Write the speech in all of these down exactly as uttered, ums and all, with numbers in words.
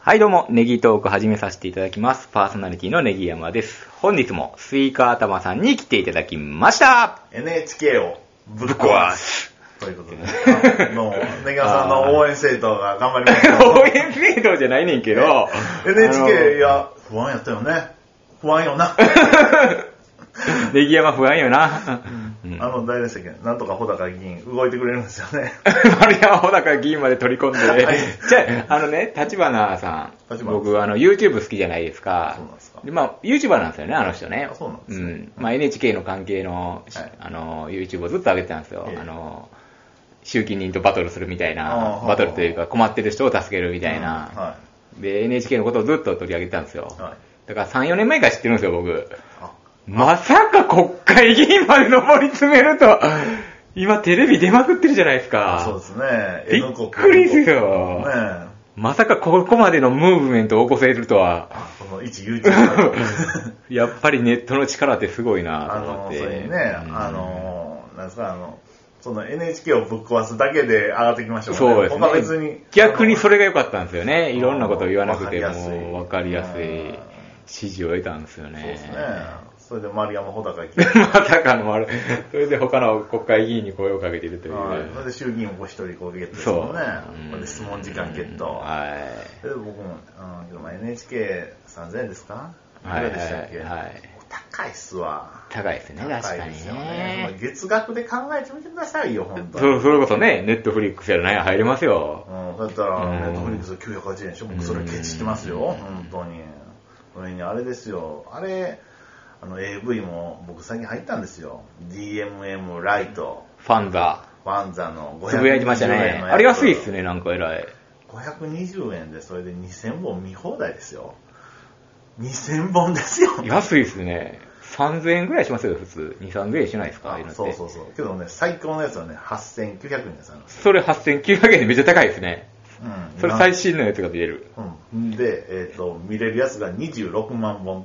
はいどうも、ネギトーク始めさせていただきます。パーソナリティのネギ山です。本日もスイカ頭さんに来ていただきました。 エヌエイチケー をぶっ壊す。ということで、どうも、ネギ山さんの応援政党が頑張りました。 応援政党じゃないねんけど。 エヌエイチケー、いや、不安やったよね。不安よな。 ネギ山不安よな。 うん、あの大連席、なんとか穂高議員動いてくれるんですよね。 丸山穂高議員まで取り込んで、じゃあ、あのね、立花さん、僕あの YouTube 好きじゃないですか。そうなんですか。でまあ YouTuber なんですよね、あの人ね。 あ、そうなんですか。うん。 まあ エヌエイチケー の関係の、はい、あの YouTube をずっと上げてたんですよ。えー、あの集金人とバトルするみたいな、バトルというか困ってる人を助けるみたいな。うん、はい。で エヌエイチケー のことをずっと取り上げてたんですよ。はい。だからさん、よねんまえから知ってるんですよ、僕。まさか国会議員まで上り詰めるとは、今テレビ出まくってるじゃないですか。 そうですね。 びっくりですよ。ね、まさかここまでのムーブメントを起こせるとは。 この一 YouTuber やっぱりネットの力ってすごいなと思って。 あの、それにね、うん、あの、なんですか、あの、その エヌエイチケー をぶっ壊すだけで上がってきましたもんね。 そうですね。 他別に逆にそれが良かったんですよね。いろんなことを言わなくても分かりやすい支持を得たんですよね。 そうですね。それで丸山穂高議員。まさかの丸、それで他の国会議員に声をかけているという。 はい。それで衆議院も一人こうゲットですもんね。それで質問時間ゲット。はい。それで僕も、うん、エヌエイチケーさんぜんえんですか？いくらでしたっけ？はい。はい、高いっすわ。 高いですね、確かにね。 月額で考えてみてくださいよ、本当に。それこそね、ネットフリックスやらない入れますよ。 うん、だったら、ネットフリックスきゅうひゃくはちじゅうえんでしょ。僕それケチってますよ、本当に。それにあれですよ、あれ、あの エーブイ も僕最近入ったんですよ。ディーエムエム ライト。 ファンザ。 ファンザのごひゃくにじゅうえん。つぶやいてましたね。あれ安いっすね、なんか偉い。 ごひゃくにじゅうえんでそれでにせんぼん見放題ですよ。にせんぼんですよ。 安いっすね。さんぜんえんぐらいしますよ、普通。に、さんぜんえんしないですか？ そうそうそう。けどね、最高のやつはね、はっせんきゅうひゃくえんですよ。 それはっせんきゅうひゃくえんでめっちゃ高いですね。うん。それ最新のやつが見れる。 うん。で、えっと、見れるやつがにじゅうろくまんぼん。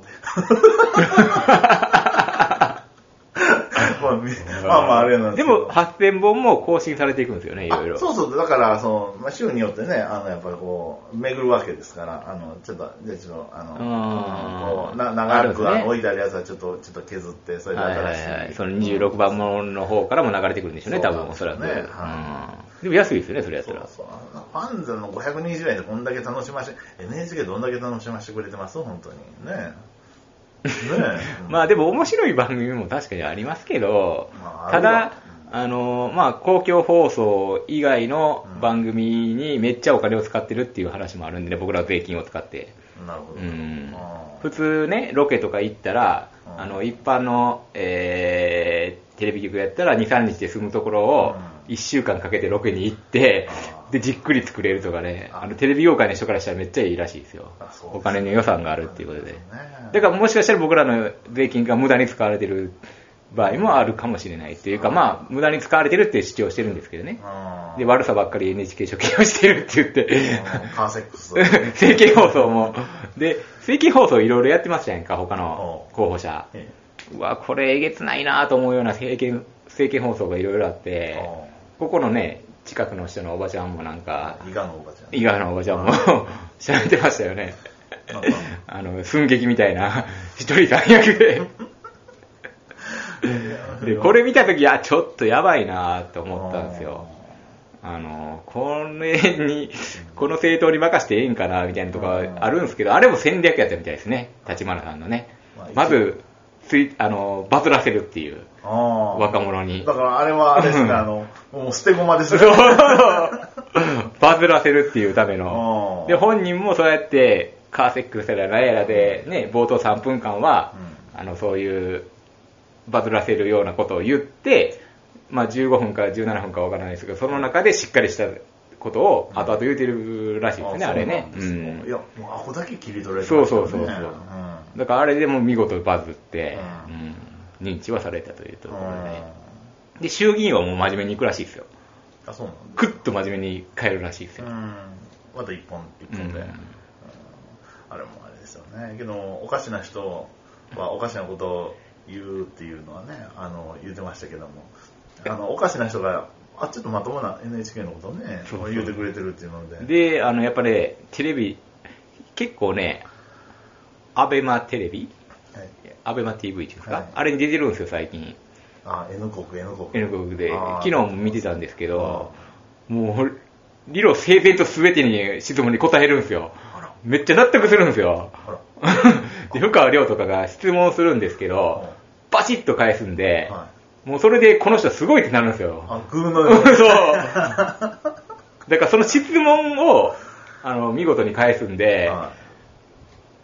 まあ、まあまああれなんですけど。 でもはっせんぼんも更新されていくんですよね、いろいろ。 そうそう、だからその、まあ、週によってね、あのやっぱりこう巡るわけですから、あのちょっとじゃあちょっとあのこうな長く置いてあるやつはちょっとちょっと削ってそれで新しい、はいはいはい、 そのにじゅうろくばんもの方からも流れてくるんでしょうね、多分おそらく。ね、はい、でも安いですよね、それやったら。そうそう。 ファンザのごひゃくにじゅうえんでこんだけ楽しませて、エヌエイチケー どんだけ楽しませてくれてます本当にね。 ねまあでも面白い番組も確かにありますけど、まあ、ただ、あの、まあ公共放送以外の番組にめっちゃお金を使ってるっていう話もあるんでね、僕らは税金を使って。 なるほど。うん、 普通ね、ロケとか行ったら、あの、一般の、えー、テレビ局やったらに、さんにちで済むところをいっしゅうかんかけてロケに行って、で、じっくり作れるとかね、あの、テレビ業界の人からしたらめっちゃいいらしいですよ。お金の予算があるっていうことで。だからもしかしたら僕らの税金が無駄に使われてる場合もあるかもしれないっていうか、まあ、無駄に使われてるって主張してるんですけどね。で、悪さばっかり エヌエイチケー 初期をしてるって言って、 カーセックス。 政見放送も。で、政見放送いろいろやってましたやんか、他の候補者。うわ、これえげつないなと思うような政見、政見放送がいろいろあって、ここのね、近くの人のおばちゃんもなんか、 伊賀のおばちゃん。 伊賀のおばちゃんも喋ってましたよね。あの、寸劇みたいな、一人三役で。で、これ見たとき、あ、ちょっとやばいなと思ったんですよ。あの、これに、この政党に任せてええんかな、みたいなとかあるんですけど、あれも戦略やったみたいですね。立花さんのね。まず、つい、あの、バズらせるっていう。若者に。 だからあれはあれですね、あの、もう捨て駒ですね。 バズらせるっていうための。で、本人もそうやって、カーセックスやら何やらで、ね、冒頭さんぷんかんは、うん、あの、そういう、バズらせるようなことを言って、まあじゅうごふんかじゅうななふんかわからないですけど、その中でしっかりしたことを後々言うてるらしいですね、うん、あれね。 うん、いや、もうアホだけ切り取れる、ね。 そうそうそうそう、うん。だからあれでも見事バズって、うん、認知はされたというところで、ね。で、衆議院はもう真面目に行くらしいですよ。 あ、そうなんだ。 クッと真面目に変えるらしいですよ。 うん。また一本、一本で。うん、あれもあれですよね。けど、おかしな人はおかしなことを言うっていうのはね、あの、言ってましたけども、あの、おかしな人が、あ、ちょっとまともな エヌエイチケー のことをね、そうそう言うてくれてるっていうので。 で、あの、やっぱり、ね、テレビ、 結構ね、アベマテレビ、 はい、 アベマ ティーブイ っていうんですか、はい、あれに出てるんですよ、最近。 あ、N 国、N 国。 N 国で、昨日も見てたんですけど、もう、理路整然と全てに質問に答えるんですよ。めっちゃ納得するんですよ。で、深川亮とかが質問するんですけど、バチッと返すんで、はい、もうそれでこの人すごいってなるんですよ。 あ、グーのように。 そう。だからその質問を、あの、見事に返すんで、はい、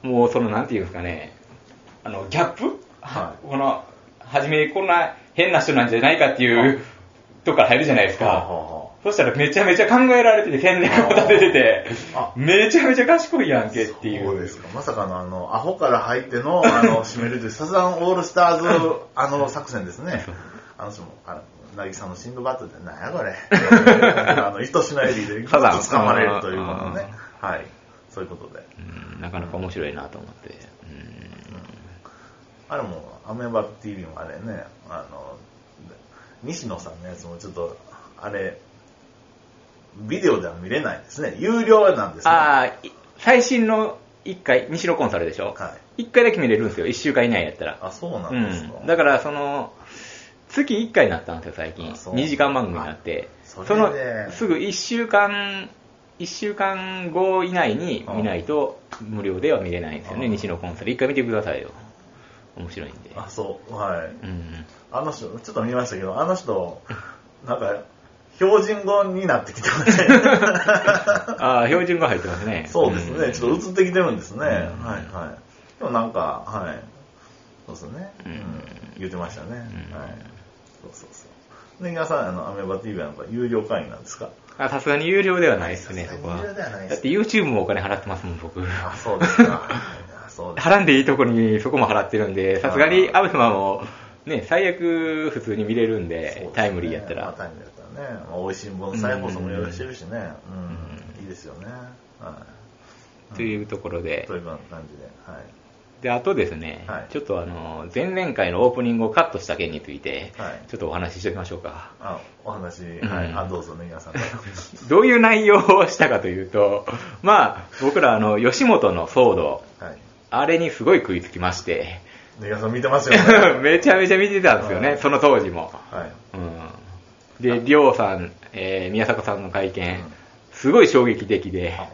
もうその、なんていうんですかね、あの、ギャップ、はい、この、初めこんな変な人なんじゃないかっていうとこから入るじゃないですか。はあはあ、そしたらめちゃめちゃ考えられてて戦略を立ててて、めちゃめちゃ賢いやんけっていう。 そうですか。まさかのあの、アホから入っての、あの、締めるというサザンオールスターズ、あの、作戦ですね。あの人も、あの、なぎさのシンドバッドで、なんやこれ。あの、糸しないで、ぐっと掴まれるということね。はい。そういうことで。 うん、なかなか面白いなと思って。うん、 あれも、アメバ ティーブイ もあれね、あの、西野さんのやつもちょっと、あれ、ビデオでは見れないですね。有料なんですね。 ああ、最新のいっかい、西野コンサルでしょ。はい。いっかいだけ見れるんですよ。いっしゅうかん以内やったら。 あ、そうなんですか。 うん、だから、その、月いっかいになったんですよ、最近。にじかん番組になって。そ, その、すぐいっしゅうかん、いっしゅうかんご以内に見ないと無料では見れないんですよね、西野コンサル。いっかい見てくださいよ。面白いんで。 あ、そう、はい。うん、あの人、ちょっと見ましたけど、あの人、なんか、標準語になってきてますね。 ああ、標準語入ってますね。 そうですね。ちょっと映ってきてるんですね。うん、はいはい。でもなんか、はい。そうですね。うん。言ってましたね。うん、はい。そうそうそう。で、皆さん、あの、アメバ ティーブイ なんか有料会員なんですか？ あ、さすがに有料ではないですね、そこは。有料ではないです。だって YouTube もお金払ってますもん、僕。 あ、そうですか。 そうです。払んでいいとこにそこも払ってるんで、さすがにアベマも、ね、最悪普通に見れるんで、でね、タイムリーやったら。まあ、 タイムリーやったらね。まあ、美味しいもの再放送もよろしてるしね。うん。うん、いいですよね。はい。 というところで。 という感じで。はい。 で、あとですね、はい、ちょっとあの、前々回のオープニングをカットした件について、はい、ちょっとお話ししておきましょうか。 あ、お話、はい。うん、あ、どうぞね、皆さん。 どういう内容をしたかというと、まあ、僕らあの、吉本の騒動、はい、あれにすごい食いつきまして、 皆さん見てますよね。 めちゃめちゃ見てたんですよね、はい、その当時も。はい、うん、で、りょうさん、えー、宮迫さんの会見、うん、すごい衝撃的で、はい、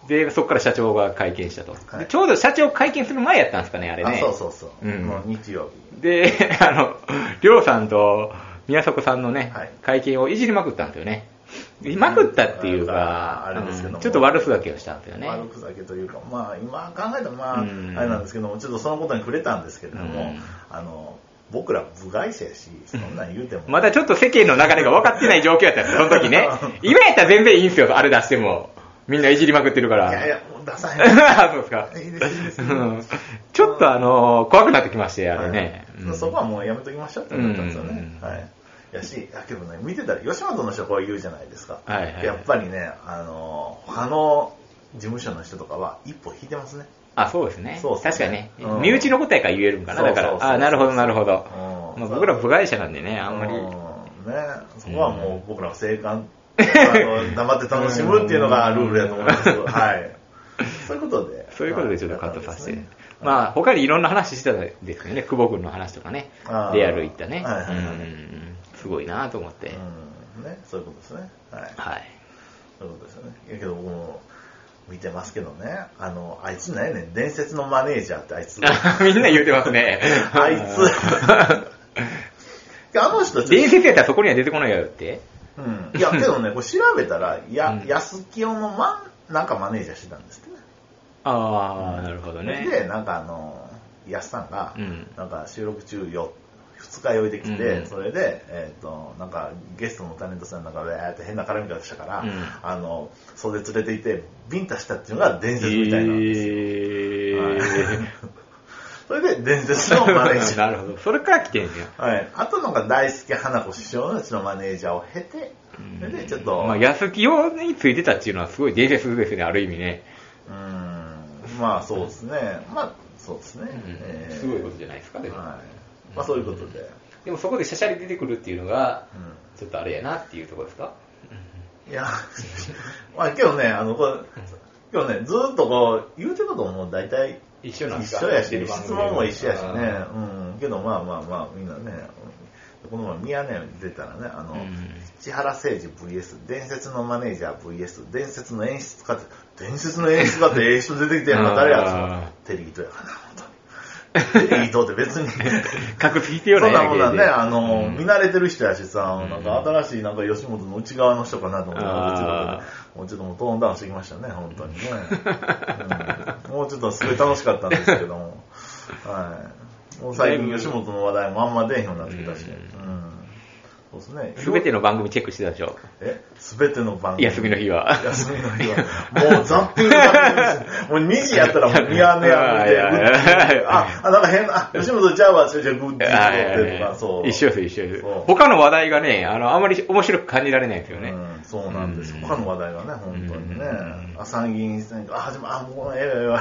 で、そこから社長が会見したと、はい、で。ちょうど社長会見する前やったんですかね、あれね。 あ、そうそうそう。うん、もう日曜日。で、あの、りょうさんと宮迫さんのね、はい、会見をいじりまくったんですよね。まくったっていうか、あれですけども、うん、ちょっと悪ふざけをしたんですよね。 悪ふざけというか、まあ今考えたらまあ、うん、あれなんですけども、ちょっとそのことに触れたんですけれども、うん、あの、僕ら部外者やし、そんなん言うても。 まだちょっと世間の流れが分かってない状況やったんです、その時ね。今やったら全然いいんですよ、あれ出しても。みんないじりまくってるから。 いやいや、もう出さへん。 そうですか。いいです、いいです。ちょっとあの、怖くなってきまして、あれね。 はい、うん、そこはもうやめときましょうって思ったんですよね。うん、はい。やし、だけどね、見てたら、吉本の人はこう言うじゃないですか。はいはい、やっぱりね、あの、他の事務所の人とかは一歩引いてますね。 あ、そうですね。そうですね。確かにね、うん。身内のことやから言えるんかな、だから。あ、なるほど、なるほど。うん、まあ、僕ら部外者なんでね、あんまり。うん、ね、 そこはもう僕らは静観、あの、黙って楽しむっていうのがルールやと思いますけど、はい。そういうことで。 そういうことでちょっとカットさせて。まあ、他にいろんな話してたんですけどね、久保君の話とかね、レアル行ったね。はいはいはい、うん、すごいなと思って、 うんね。そういうことですね。はい。はい、そういうことですよね。いやけど僕も見てますけどね、あの、あいつなんやねん、伝説のマネージャーってあいつ。 みんな言うてますね。 あいつ。あの人伝説やったらそこには出てこないよって。 うん。いや、けどね、これ調べたら、や、うん、安清のマン、なんかマネージャーしてたんですってね。 ああ、なるほどね。 で、なんかあの、安さんが、うん、なんか収録中よ、二日酔いできて、うん、それで、えっ、ー、と、なんかゲストのタレントさんなんか、ウェーって変な絡み方したから、うん、あの、袖連れていて、ビンタしたっていうのが伝説みたいなんですよ。えーはい、それで伝説のマネージャー。 なるほど。それから来てんねや。はい。あとなんか大輔花子師匠のうちのマネージャーを経て、それでちょっと。 まあ、安清についてたっていうのはすごい伝説ですね、ある意味ね。 うん。まあそうですね。まあそうですね。うんえー、すごいことじゃないですか、でも。はい。 まあそういうことで。 でもそこでシャシャリ出てくるっていうのが、ちょっとあれやなっていうところですか、 うん、いや、まあけどね、あの、これ今日ね、ずーっとこう、言うてることも大体一緒なんですか？ 一緒やし、質問も一緒やしね。うん。けどまあまあまあ、みんなね、この前ミヤネ屋に出たらね、あの、うん、千原誠二 ブイエス、伝説のマネージャー ブイエス、伝説の演出家って、伝説の演出家って演出出てきてるのは誰やつテリーとやからな、本当に。テリーとって別に。 隠す必要ないやけど。そんなもんだね、あの、うん、見慣れてる人やしさ、なんか新しいなんか吉本の内側の人かなと思ったら、もうちょっともうトーンダウンしてきましたね、本当にね。うん、もうちょっとすごい楽しかったんですけども。はい。もう最近吉本の話題もあんま出へんようになってきたし。うん。そうですね。 すべての番組チェックしてたでしょ。 えすべての番組。 休みの日は。 休みの日は。もうザッピングザッピングもうにじやったらもうミヤネ屋見て、あ、あ、なんか変な、あ、吉本ちゃうわ、それじゃグッズってとか、そう。 一緒です、一緒です。他の話題がね、あの、あまり面白く感じられないんですよね。 うん、そうなんです。他の話題がね、本当にね。あ、参議院選挙、あ、始ま、あ、もうええ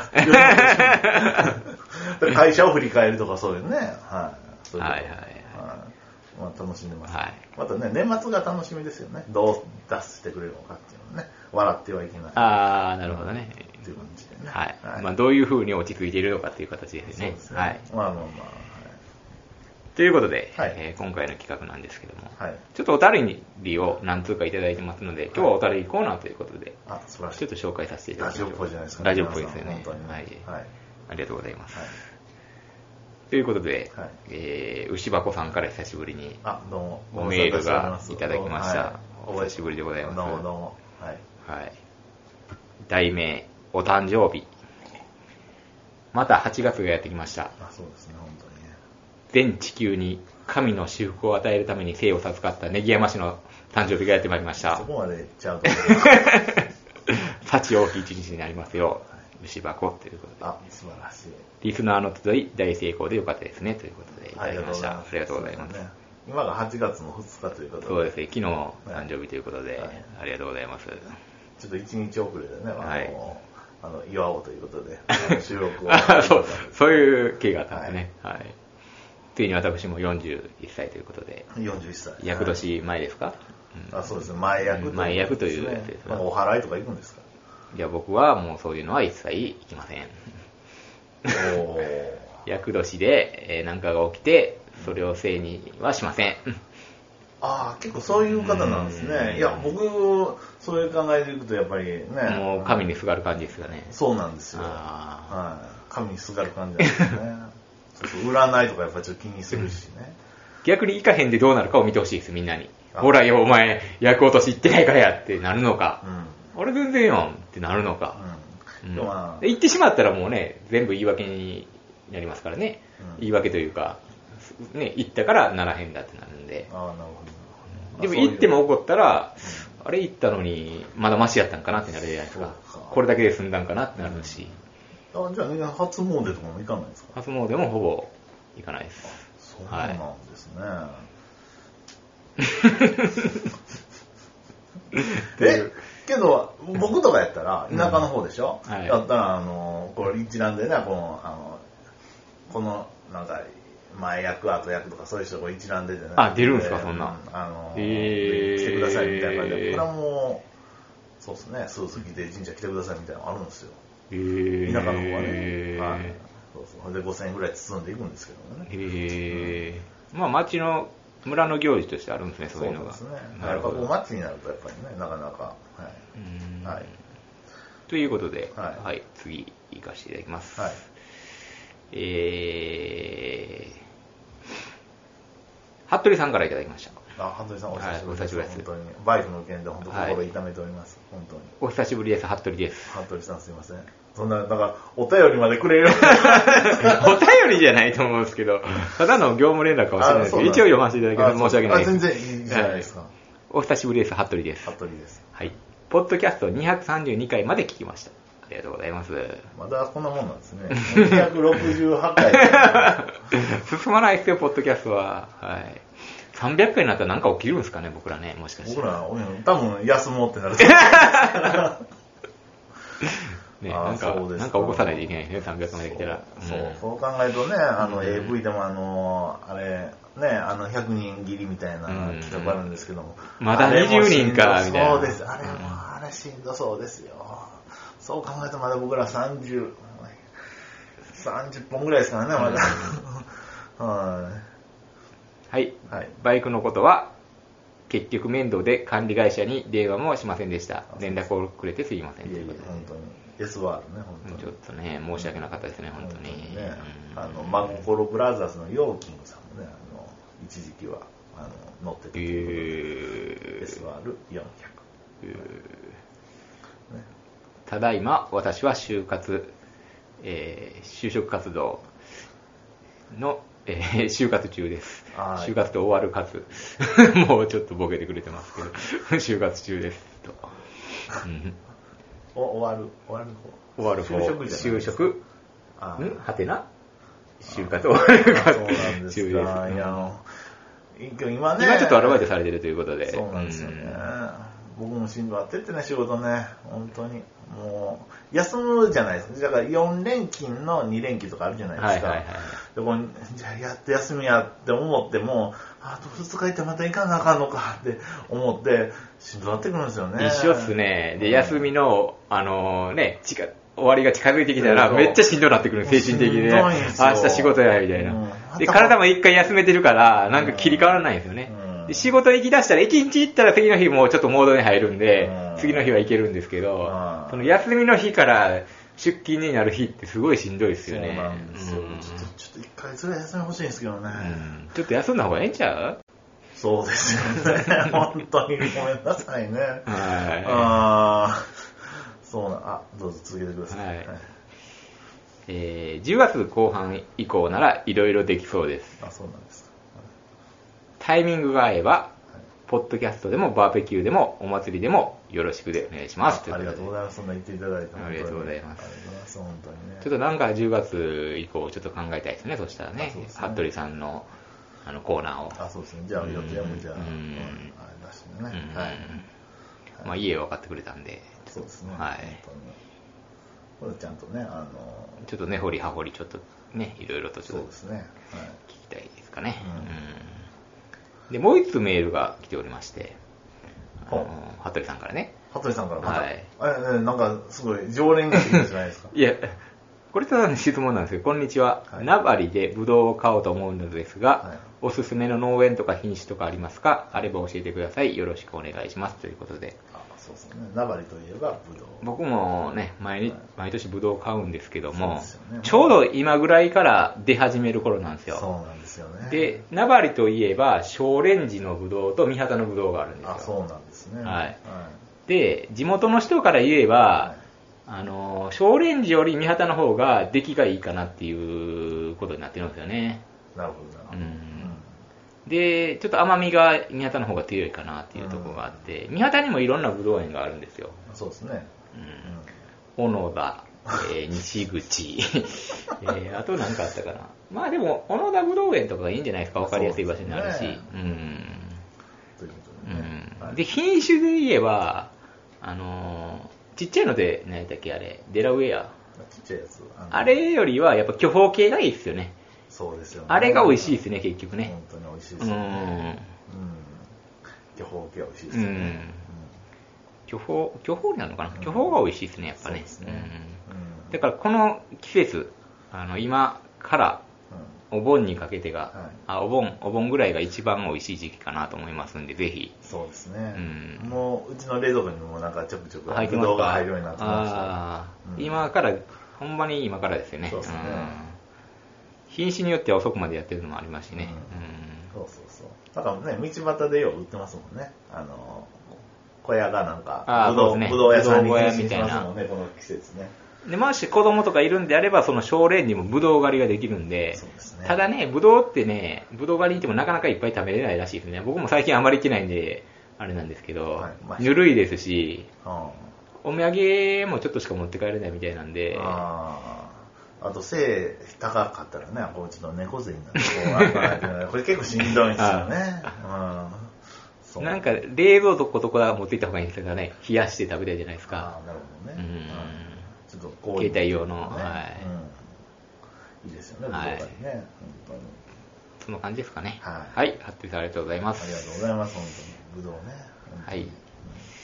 ええ。会社を振り返るとかそういうね。はい。 はいはい。 まあ、楽しんでます、 はい、 またね、年末が楽しみですよね。どう出してくれるのかっていうのね。笑ってはいけない。 ああ、なるほどね。 っていう感じでね。 はい。はい、まあ、どういう風に落ち着いているのかっていう形ですね。 そうですね。 はい。 まあまあまあ。はい、 ということで、 はいえー、今回の企画なんですけども、 はい、 ちょっとお便りを何通かいただいてますので、今日はお便りコーナーということで、 はい、あ、素晴らしい。 ちょっと紹介させていただきます。 ラジオっぽいじゃないですか、 ね。ラジオっぽいですよね。 本当にね。 はい。はい。ありがとうございます。 はいということで、 はい、 えー、牛箱さんから久しぶりにあどうもおメールがいただきました。はい、お久しぶりでございます。 どうもどうも。はい。 はい。題名、お誕生日。またはちがつがやってきました。 あ、そうですね、本当にね。 全地球に神の祝福を与えるために生を授かったネギ山氏の誕生日がやってまいりました。 そこまで言っちゃうと思う。 幸多き一日になりますよ。牛箱ということで。 あ、素晴らしい。 リスナーの集い大成功でよかったですねということでいただきました。ありがとうございます。 ね、今がはちがつのふつかということで。 そうですね、昨日誕生日ということで、はい、ありがとうございます。 ちょっといちにち遅れでね、あの、はい、あの祝おうということで、収録をそう。そういう経緯があったんですね。はい。はい、ついに私もよんじゅういっさいということで。 よんじゅういっさい。 厄年前ですか、 うん、あ、そうですね、前役という、ね。 前役というやつです。 なんかお祓いとか行くんですか？ いや、僕はもうそういうのは一切行きません。お厄年で何かが起きて、それをせいにはしません。 ああ、結構そういう方なんですね。いや、僕、そういう考えでいくと、やっぱりね。 もう神にすがる感じですかね。 そうなんですよ。はい。神にすがる感じなんですね。そうそう、占いとかやっぱりちょっと気にするしね。 逆に行かへんでどうなるかを見てほしいです、みんなに。ほらよ、お前、厄落とし行ってないからやってなるのか。うん、俺全然よんってなるのか。うんうん、まあ、行ってしまったらもうね、全部言い訳になりますからね。うん、言い訳というか、ね、行ったからならへんだってなるんで。 ああ、なるほど。 でも行っても怒ったら、うん、あれ行ったのにまだマシやったんかなってなるじゃないですか。これだけで済んだんかなってなるし。 うん、あ、じゃあ、ね、初詣とかも行かないですか？ 初詣もほぼ行かないです。 そうなんですね。はい、えけど僕とかやったら田舎の方でしょ、うん、はい、だったらあのこれ一覧でね、このあのこのなんか前役後役とかそういう人が一覧出てね、 あ、出るんですか、そんな、 うん、あの、えー、来てくださいみたいな感じで、これはもうそうですね、スーツ着て神社来てくださいみたいなのあるんですよ、えー、田舎の方はね、はい、そうそう、でごせんえんぐらい包んでいくんですけどね。 へえ、うん、まあ町の村の行事としてあるんですね、そういうのが。 そうですね。やっぱお祭りになるとやっぱりね、なかなか。はい。はい、 ということで、はい、はい、次行かせていただきます。はい、えー、服部さんからいただきました。 あ、服部さんお久しぶりです。はい、本当にバイクの件で本当心痛めております。はい、本当に。 お久しぶりです、服部です。 服部さんすいません。そんな、だから、お便りまでくれるお便りじゃないと思うんですけど、ただの業務連絡かもしれないですけど、一応読ませていただきます。申し訳ないです。 全然いいじゃないですか。はい、 お久しぶりです、服部です。 服部です。 はい。ポッドキャストにひゃくさんじゅうにかいまで聞きました。ありがとうございます。 まだこんなもんなんですね。にひゃくろくじゅうはちかい。 進まないですよ、ポッドキャストは。はい。さんびゃっかいになったらなんか起きるんですかね、僕らね、もしかして。 僕ら、多分休もうってなる。 ね、なんか、なんか起こさないといけないですね、さんびゃっかいまで来たら。 そう、うん、そう考えるとね、あの、うん、エーブイ でもあの、あれ、ね、あの、ひゃくにん切りみたいな企画あるんですけども。 うん、まだにじゅうにんか、みたいな。 そうです、あれは、 あれしんどそうですよ。そう考えるとまだ僕らさんじゅう、さんじゅっぽんぐらいですからね、まだ。はい、 はいはい。バイクのことは、結局面倒で管理会社に電話もしませんでした。連絡をくれてすいません。 いえいえ、本当に。エスワールね、本当に。 ちょっとね、申し訳なかったですね、本当に。 ね、うん、あの、マココロブラザーズのヨーキングさんもね、あの、一時期は、あの、乗ってたということで、エスワールよんひゃく。えーね、 ただいま、私は就活、えー、就職活動の、えー、就活中です。就活と終わる活。もうちょっとボケてくれてますけど、就活中です。とお終わる、終わる方。終わる方。 就職じゃないですか。 就職。んはてな就活終わる活。 そうなんですか。いや、今ね。 今ちょっとアルバイトされてるということで。 そうなんですよね。僕もしんどいってってね、仕事ね、本当に。もう、休むじゃないですか。だからよん連勤のに連休とかあるじゃないですか。はいはいはい、でこれじゃあやっと休みやって思っても、あとふつか行ってまた行かなあかんのかって思って、しんどなってくるんですよね。 一緒っすね。で、休みの、あのー、ね、近終わりが近づいてきたら、めっちゃしんどなってくる、精神的にね。明日仕事や、みたいな、うん。で、体も一回休めてるから、なんか切り替わらないんですよね。うん、で仕事行き出したら、一日行ったら次の日もちょっとモードに入るんで、うん、次の日は行けるんですけど、うん、その休みの日から出勤になる日ってすごいしんどいですよね。 そうなんですよ。うん、ちょっと、ちょっと一回それ休み欲しいんですけどね、うん。 ちょっと休んだ方がええんちゃう？ そうですよね。本当にごめんなさいね。はい。あそうな、あ、どうぞ続けてください。はい。はい、 えー、じゅうがつこう半以降ならいろいろできそうです。 あ、そうなんですか。はい、 タイミングが合えば、はい、ポッドキャストでもバーベキューでもお祭りでもよろしくでお願いします。 あ, ありがとうございます。そんな言っていただいて。 ありがとうございます。 ありがとうございます。本当にね。 ちょっとなんかじゅうがつ以降ちょっと考えたいですね。そしたらね、ね服部さんのあのコーナーを。 あ、そうですね。じゃあ予定もじゃあ、うん、あれ出してね。はい。 まあ家分かってくれたんで。 そうですね。 はい。 これちゃんとね、あのちょっと根掘り葉掘りちょっとね、いろいろとちょっとそうですね。はい。 聞きたいですかね。うん、でもう一つメールが来ておりまして、あの服部さんからね。 服部さんからまた。はい。え、なんかすごい常連が来てるじゃないですか。 いや。これただの質問なんですけど、こんにちは。はい、名張でブドウを買おうと思うのですが、はい、おすすめの農園とか品種とかありますか？あれば教えてください。よろしくお願いします。ということで。 あ、そうですね。名張といえばブドウ。 僕もね、毎, 毎年ブドウを買うんですけども、ね、ちょうど今ぐらいから出始める頃なんですよ。 そうなんですよね。 で、名張といえば、小レンジのブドウと三畑のブドウがあるんですよ。 あ、そうなんですね。 はい。はい、で、地元の人から言えば、はいあの小レンジより三畑の方が出来がいいかなっていうことになってるんですよね。 なるほど、うん、 でちょっと甘みが三畑の方が強いかなっていうところがあって、うん、三畑にもいろんなブドウ園があるんですよ。 そうですね、 うん、小野田、えー、西口、えー、あと何かあったかな。まあでも小野田ブドウ園とかがいいんじゃないですか。分かりやすい場所にあるし、ね、うんということでね、うんはい、で品種で言えばあのーちっちゃいので、何やったっけあれ、デラウェア。 ちっちゃいやつ。 あ, あれよりは、やっぱ巨峰系がいいですよね。 そうですよね。 あれが美味しいですね、結局ね。 本当に美味しいですよね。うん。うん、巨峰系は美味しいですよね。うん、 巨峰、巨峰なのかな、うん、巨峰が美味しいですね、やっぱね。そうですね。うん、だから、この季節、あの、今から、お盆にかけてが、はい、あお盆お盆ぐらいが一番美味しい時期かなと思いますんで、ぜひ。 そうですね、うん、もううちの冷蔵庫にもなんかちょくちょく入ってますか。 ブドウが入るようになってました。 あ、うん、今からほんまに今からですよね。 そうですね、うん、 品種によっては遅くまでやってるのもありますしね、 うんうん、そうそうそう。だからね、道端でよう売ってますもんね。あの小屋がなんかブドウ、ね、ブドウ屋さんに変身しますもんね、この季節ね。 でもし子供とかいるんであれば、その小レンジもブドウ狩りができるんで、 そうですね、 ただね、ブドウってね、ブドウ狩りに行ってもなかなかいっぱい食べれないらしいですね。僕も最近あまり行ってないんで、あれなんですけど、はい、まあ、ぬるいですし、あお土産もちょっとしか持って帰れないみたいなんで、 ああと背高かったらね、こうちょっと猫背になってこうこれ結構しんどいんですよね。 うん、なんか冷蔵庫とか持っていった方がいいんですよね。冷やして食べたいじゃないですか。 あなるほどね。うんちょっと携帯用の、はいうん、いいですよね、ブドウ狩りね、はい、本当に。 その感じですかね。 はい。 はい、服部さんありがとうございます。 ありがとうございます、本当に。ブドウね。 はい。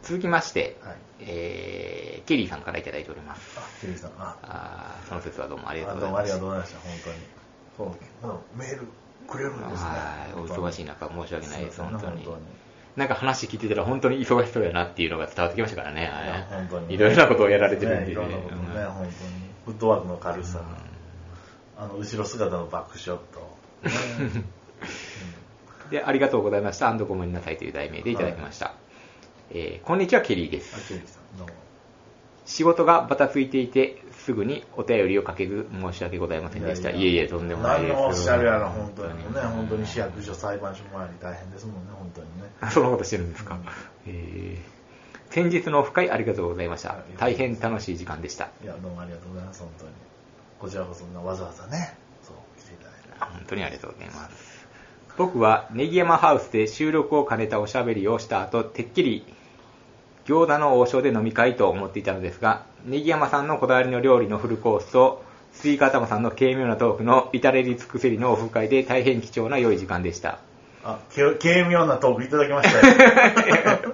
続きまして、 はい、 えー、ケリーさんからいただいております。 あ、ケリーさん、ああその説はどうもありがとうございました。どうもありがとうございました、本当に。そう、メールくれるんですね。 はい、お忙しい中申し訳ないです、本当に。 本当になんか話聞いてたら本当に忙しそうやなっていうのが伝わってきましたからね。 いや本当にいろいろなことをやられてるんで、ね、 いろんなことね、うん、本当に。フットワークの軽さ、うん、あの後ろ姿のバックショット。ねうん、で、ありがとうございました。ごめんなさいという題名でいただきました。はい、えー、こんにちは、ケリーです。 ケリーさん、どうも。 仕事がバタついていて、すぐにお便りをかけず申し訳ございませんでした。いやいやいえいえ、とんでもないです。 何のおっしゃるやら、本当にね、本当に市役所、裁判所周り大変ですもんね、本当にね。 そんなことしてるんですか。うん、えー、先日のオフ会ありがとうございました。大変楽しい時間でした。 いや、どうもありがとうございます、本当に。こちらこそわざわざね、そう、来ていただいて。 本当にありがとうございます。僕はネギ山ハウスで収録を兼ねたおしゃべりをした後、てっきり餃子の王将で飲み会と思っていたのですが、ネギ山さんのこだわりの料理のフルコースとスイカ頭さんの軽妙なトークの至れり尽くせりのオフ会で大変貴重な良い時間でした。 あ、軽妙なトークいただきましたよ。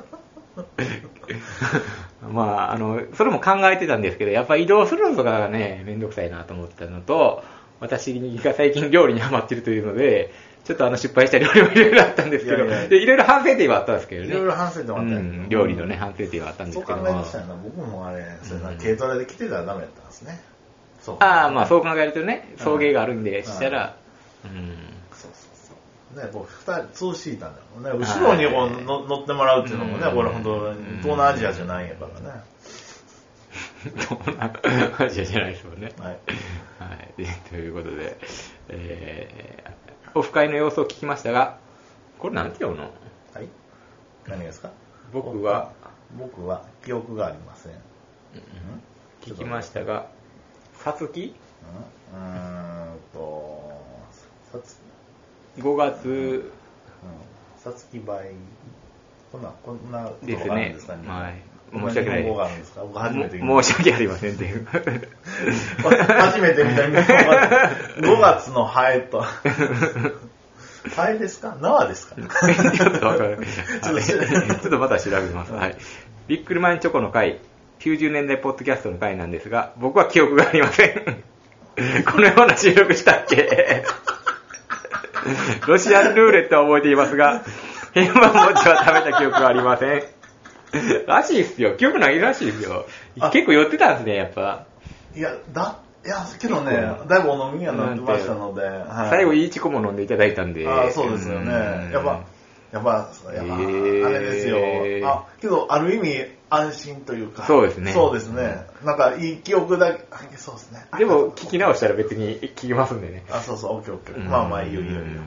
まあ、あの、それも考えてたんですけど、やっぱ移動するのがね、めんどくさいなと思ったのと、私が最近料理にハマってるというので、ちょっとあの失敗した料理もいろいろあったんですけど、いやいやいやでいろいろ反省点はあったんですけどね。 いろいろ反省点はあったんです、 うん、料理のね、反省点はあったんですけども。 そう考えましたよな、僕もあれ、それな軽トラで来てたらダメだったんですね。 そうああ、まあそう考えるとね、送迎があるんでしたら、うん。 そうそうそう。ね、僕二人、ツーシーターだもんね。後ろにこうの乗ってもらうっていうのもね、これ本当、東南アジアじゃないんやからね。 東南アジアじゃないですもんね。 はい。 はい。ということで、えー、オフ会の様子を聞きましたが、これなんて読むの？ はい。何ですか？ 僕は、 僕は記憶がありません。うん、 聞きましたが、さつき？ うん、うーんと、さつきごがつ、 さつきばい、こんな、こんなことですがあるんですかね。 はい。申し訳ない。 があるんですか？僕初めて申し訳ありませんっていう。 初めて見たごがつのハエと。ハエですか？縄ですか？ちょっとわかる。ちょっとまた調べます。はい。ビックリマンチョコの回、きゅうじゅうねんだいポッドキャストの回なんですが、僕は記憶がありません。このような収録したっけ？ロシアンルーレットは覚えていますが、変番餅は食べた記憶がありません。らしいっすよ。記憶ないらしいっすよ。結構寄ってたんですね、やっぱ。 いや、だ、いや、けどね、だいぶお飲みにはなってましたので。 はい、最後、いいチコも飲んでいただいたんで。 ああ、そうですよね。やっぱ、やっぱ、やっぱ、えー、あれですよ。あ、けど、ある意味、安心というか。 そうですね。 そうですね。なんか、いい記憶だけ、そうですね。 でも、聞き直したら別に聞きますんでね。 あ、そうそう、オッケーオッケー。まあまあ、いいよいいよいいよ。はいはい。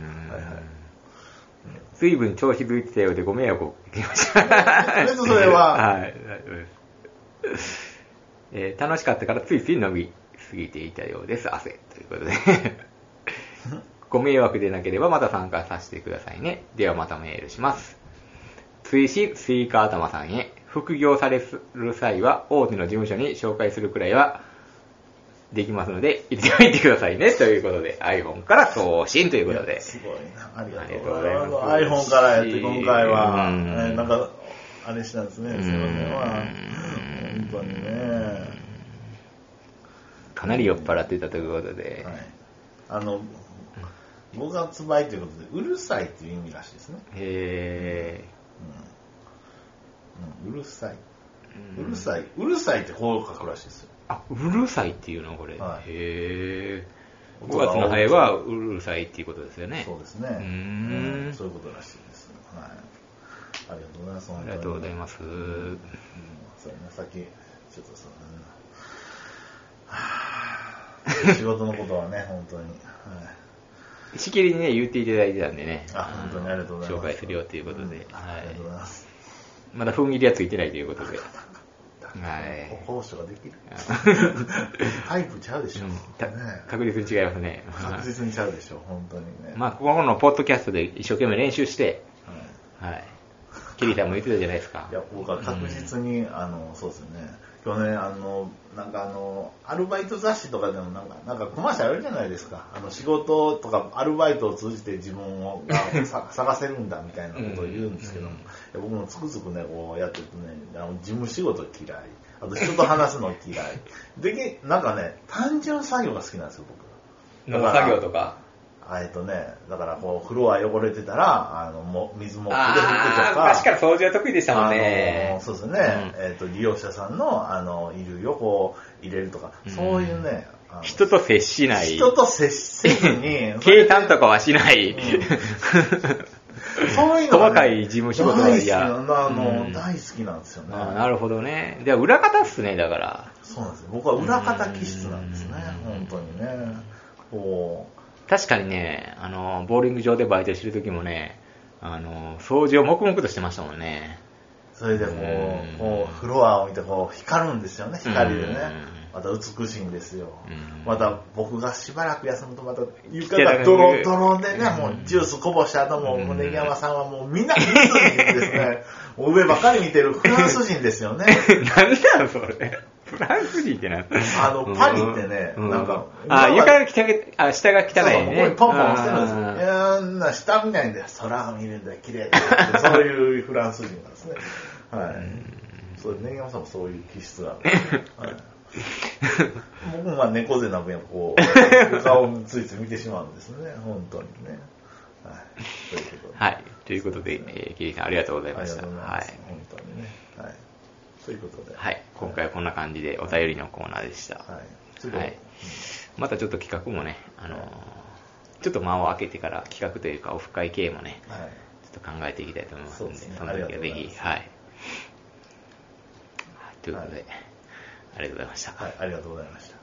随分調子づいてたようでご迷惑をかけました。 別にそれは。 はい、大丈夫です。えー、楽しかったからついつい飲み過ぎていたようです。汗。ということで。ご迷惑でなければまた参加させてくださいね。ではまたメールします。追試スイカ頭さんへ。副業される際は大手の事務所に紹介するくらいはできますので、入れてみてくださいね。ということで、iPhone から送信ということで。 すごいな。ありがとうございます。iPhone からやって今回は、えー、なんか、あれしたんですね。すいません。本当にね。 かなり酔っ払ってたということで。 はい。あの、ごがつばいということで、うるさいっていう意味らしいですね。 へー。うん。うるさい。うるさい。うるさいってこう書くらしいですよ。 あ、うるさいっていうのこれ。 はい、 へー。ごがつのハエはうるさいっていうことですよね。 そうですね。 うーん、 うん、そういうことらしいです。はい。ありがとうございます。 ありがとうございます。うん、 そうね、さっき、ちょっとそうね。はぁ仕事のことはね、本当に。はい、 しきりにね、言っていただいてたんでね。 あ、本当にありがとうございます。 紹介するよということで。うん、はい。 ありがとうございます。 まだ踏ん切りはついてないということで。はい。 交渉ができる。タイプちゃうでしょ。うん、ね、 確実に違いますね。 確実にちゃうでしょ、本当にね。 まあ、ここのポッドキャストで一生懸命練習して、はい。はい、ケリーさんも言ってたじゃないですか。 いや、僕は確実に、うん、あの、そうですね、 今日ね、あの、なんかあの、アルバイト雑誌とかでもなんか、なんかコマーシャルあるじゃないですか。あの、仕事とかアルバイトを通じて自分をがさ探せるんだみたいなことを言うんですけども、うん、僕もつくづくね、こうやってるとね、あの事務仕事嫌い。あと人と話すの嫌い。で、なんかね、単純作業が好きなんですよ、僕。 農作業とか。 えっとね、だからこう、フロア汚れてたら、あの、も水も筆で拭くとか。 昔から掃除は得意でしたもんね。 あのそうですね、うん、えっと、利用者さんの、あの、衣類をこう、入れるとか、うん、そういうね、 人と接しない。 人と接せずに。 計算とかはしない。うん、 そういうの、ね、 細かい事務仕事は嫌。 あの、うん、大好きなんですよね。 あなるほどね。では裏方っすね、だから。 そうなんですよ。僕は裏方気質なんですね、本当にね。こう確かにね、あの、ボーリング場でバイトしてる時もね、あの、掃除を黙々としてましたもんね。 それでこう、こうフロアを見てこう光るんですよね、光でね。また美しいんですよ。また僕がしばらく休むとまた床がドロドロでね、もうジュースこぼした後も、もうネギ山さんはもうみんな見ずにですね、上ばかり見てるフランス人ですよね。 何なのそれ。フランス人ってなあの、パリってね、うん、なんか、 あ、床が汚い、あ、下が汚いね。そうそう、ここにポンポンしてるんですよ。いやーな、下見ないんだよ。空が見るんだよ、綺麗だ。そういうフランス人なんですね。はい。そう、ネギ山さんもそういう気質がある。はい僕もまあ猫背な分やこう顔についつい見てしまうんですね、本当にね。はい。ということで、 はい、ということで、えー、キリさんありがとうございました。 ありがとうございます。はい、本当にね。はい。ということで、 はい、今回はこんな感じでお便りのコーナーでした。はい。はい、またちょっと企画もね、あのー、ちょっと間を空けてから企画というかオフ会系もね、はい、ちょっと考えていきたいと思いますので、そ, で、ね、その時はぜひ、はい。ということで。はい、ありがとうございました。 はい、ありがとうございました。